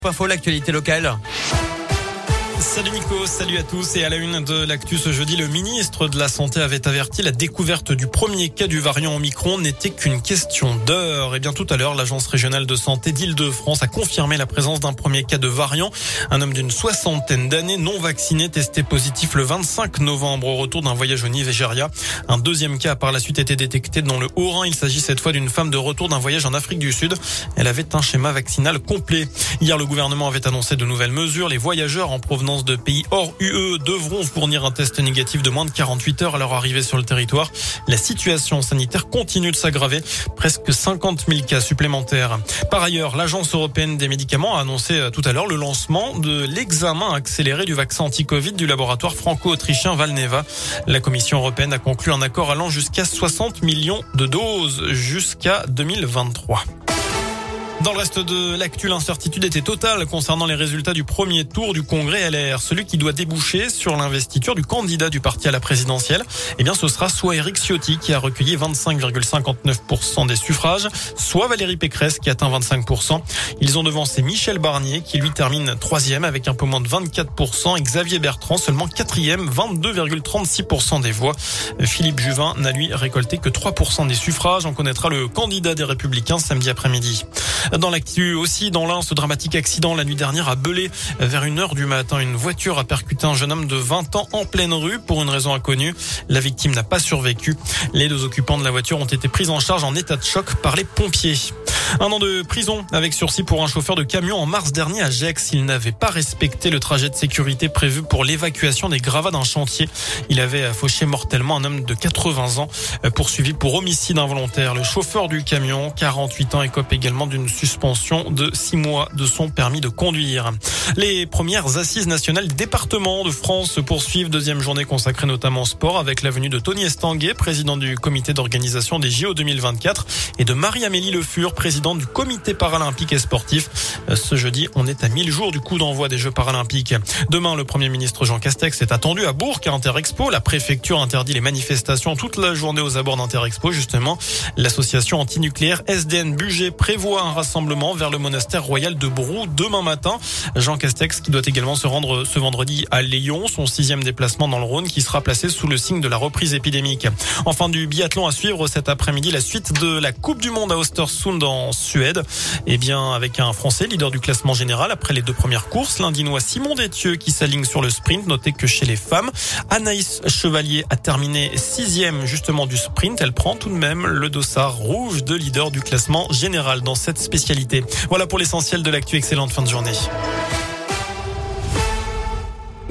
Info, l'actualité locale. Salut Nico, salut à tous. Et à la une de l'actu ce jeudi, le ministre de la Santé avait averti la découverte du premier cas du variant Omicron n'était qu'une question d'heure. Et bien tout à l'heure, l'agence régionale de santé d'Île-de-France a confirmé la présence d'un premier cas de variant. Un homme d'une soixantaine d'années non vacciné testé positif le 25 novembre au retour d'un voyage au Nigeria. Un deuxième cas a par la suite été détecté dans le Haut-Rhin. Il s'agit cette fois d'une femme de retour d'un voyage en Afrique du Sud. Elle avait un schéma vaccinal complet. Hier, le gouvernement avait annoncé de nouvelles mesures. Les voyageurs en provenance de pays hors UE devront fournir un test négatif de moins de 48 heures à leur arrivée sur le territoire. La situation sanitaire continue de s'aggraver. Presque 50 000 cas supplémentaires. Par ailleurs, l'Agence européenne des médicaments a annoncé tout à l'heure le lancement de l'examen accéléré du vaccin anti-Covid du laboratoire franco-autrichien Valneva. La Commission européenne a conclu un accord allant jusqu'à 60 millions de doses jusqu'à 2023. Dans le reste de l'actu, l'incertitude était totale concernant les résultats du premier tour du congrès LR. Celui qui doit déboucher sur l'investiture du candidat du parti à la présidentielle, eh bien, ce sera soit Éric Ciotti qui a recueilli 25,59% des suffrages, soit Valérie Pécresse qui atteint 25%. Ils ont devancé Michel Barnier qui lui termine 3e avec un peu moins de 24% et Xavier Bertrand seulement 4e, 22,36% des voix. Philippe Juvin n'a lui récolté que 3% des suffrages. On connaîtra le candidat des Républicains samedi après-midi. Dans l'actu aussi, dans l'Ain, ce dramatique accident la nuit dernière à Belay. Vers 1h du matin, une voiture a percuté un jeune homme de 20 ans en pleine rue pour une raison inconnue. La victime n'a pas survécu. Les deux occupants de la voiture ont été pris en charge en état de choc par les pompiers. 1 an de prison avec sursis pour un chauffeur de camion en mars dernier à Gex. Il n'avait pas respecté le trajet de sécurité prévu pour l'évacuation des gravats d'un chantier. Il avait fauché mortellement un homme de 80 ans poursuivi pour homicide involontaire. Le chauffeur du camion, 48 ans, écope également d'une suspension de 6 mois de son permis de conduire. Les premières assises nationales des départements de France se poursuivent. Deuxième journée consacrée notamment au sport avec la venue de Tony Estanguet, président du comité d'organisation des JO 2024 et de Marie-Amélie Le Fur, présidente du comité paralympique et sportif. Ce jeudi, on est à 1000 jours du coup d'envoi des Jeux paralympiques. Demain, le Premier ministre Jean Castex est attendu à Bourg à Interexpo. La préfecture interdit les manifestations toute la journée aux abords d'Interexpo. Justement, l'association antinucléaire SDN Bugey prévoit un rassemblement vers le monastère royal de Brou demain matin. Jean Castex qui doit également se rendre ce vendredi à Léon, son 6e déplacement dans le Rhône qui sera placé sous le signe de la reprise épidémique. Enfin, du biathlon à suivre cet après-midi, la suite de la Coupe du Monde à Östersund en Suède. Eh bien, avec un Français leader du classement général après les 2 premières courses, l'Indinois Simon Détieux qui s'aligne sur le sprint. Notez que chez les femmes, Anaïs Chevalier a terminé 6e justement du sprint. Elle prend tout de même le dossard rouge de leader du classement général dans cette spécialité. Voilà pour l'essentiel de l'actu. Excellente fin de journée.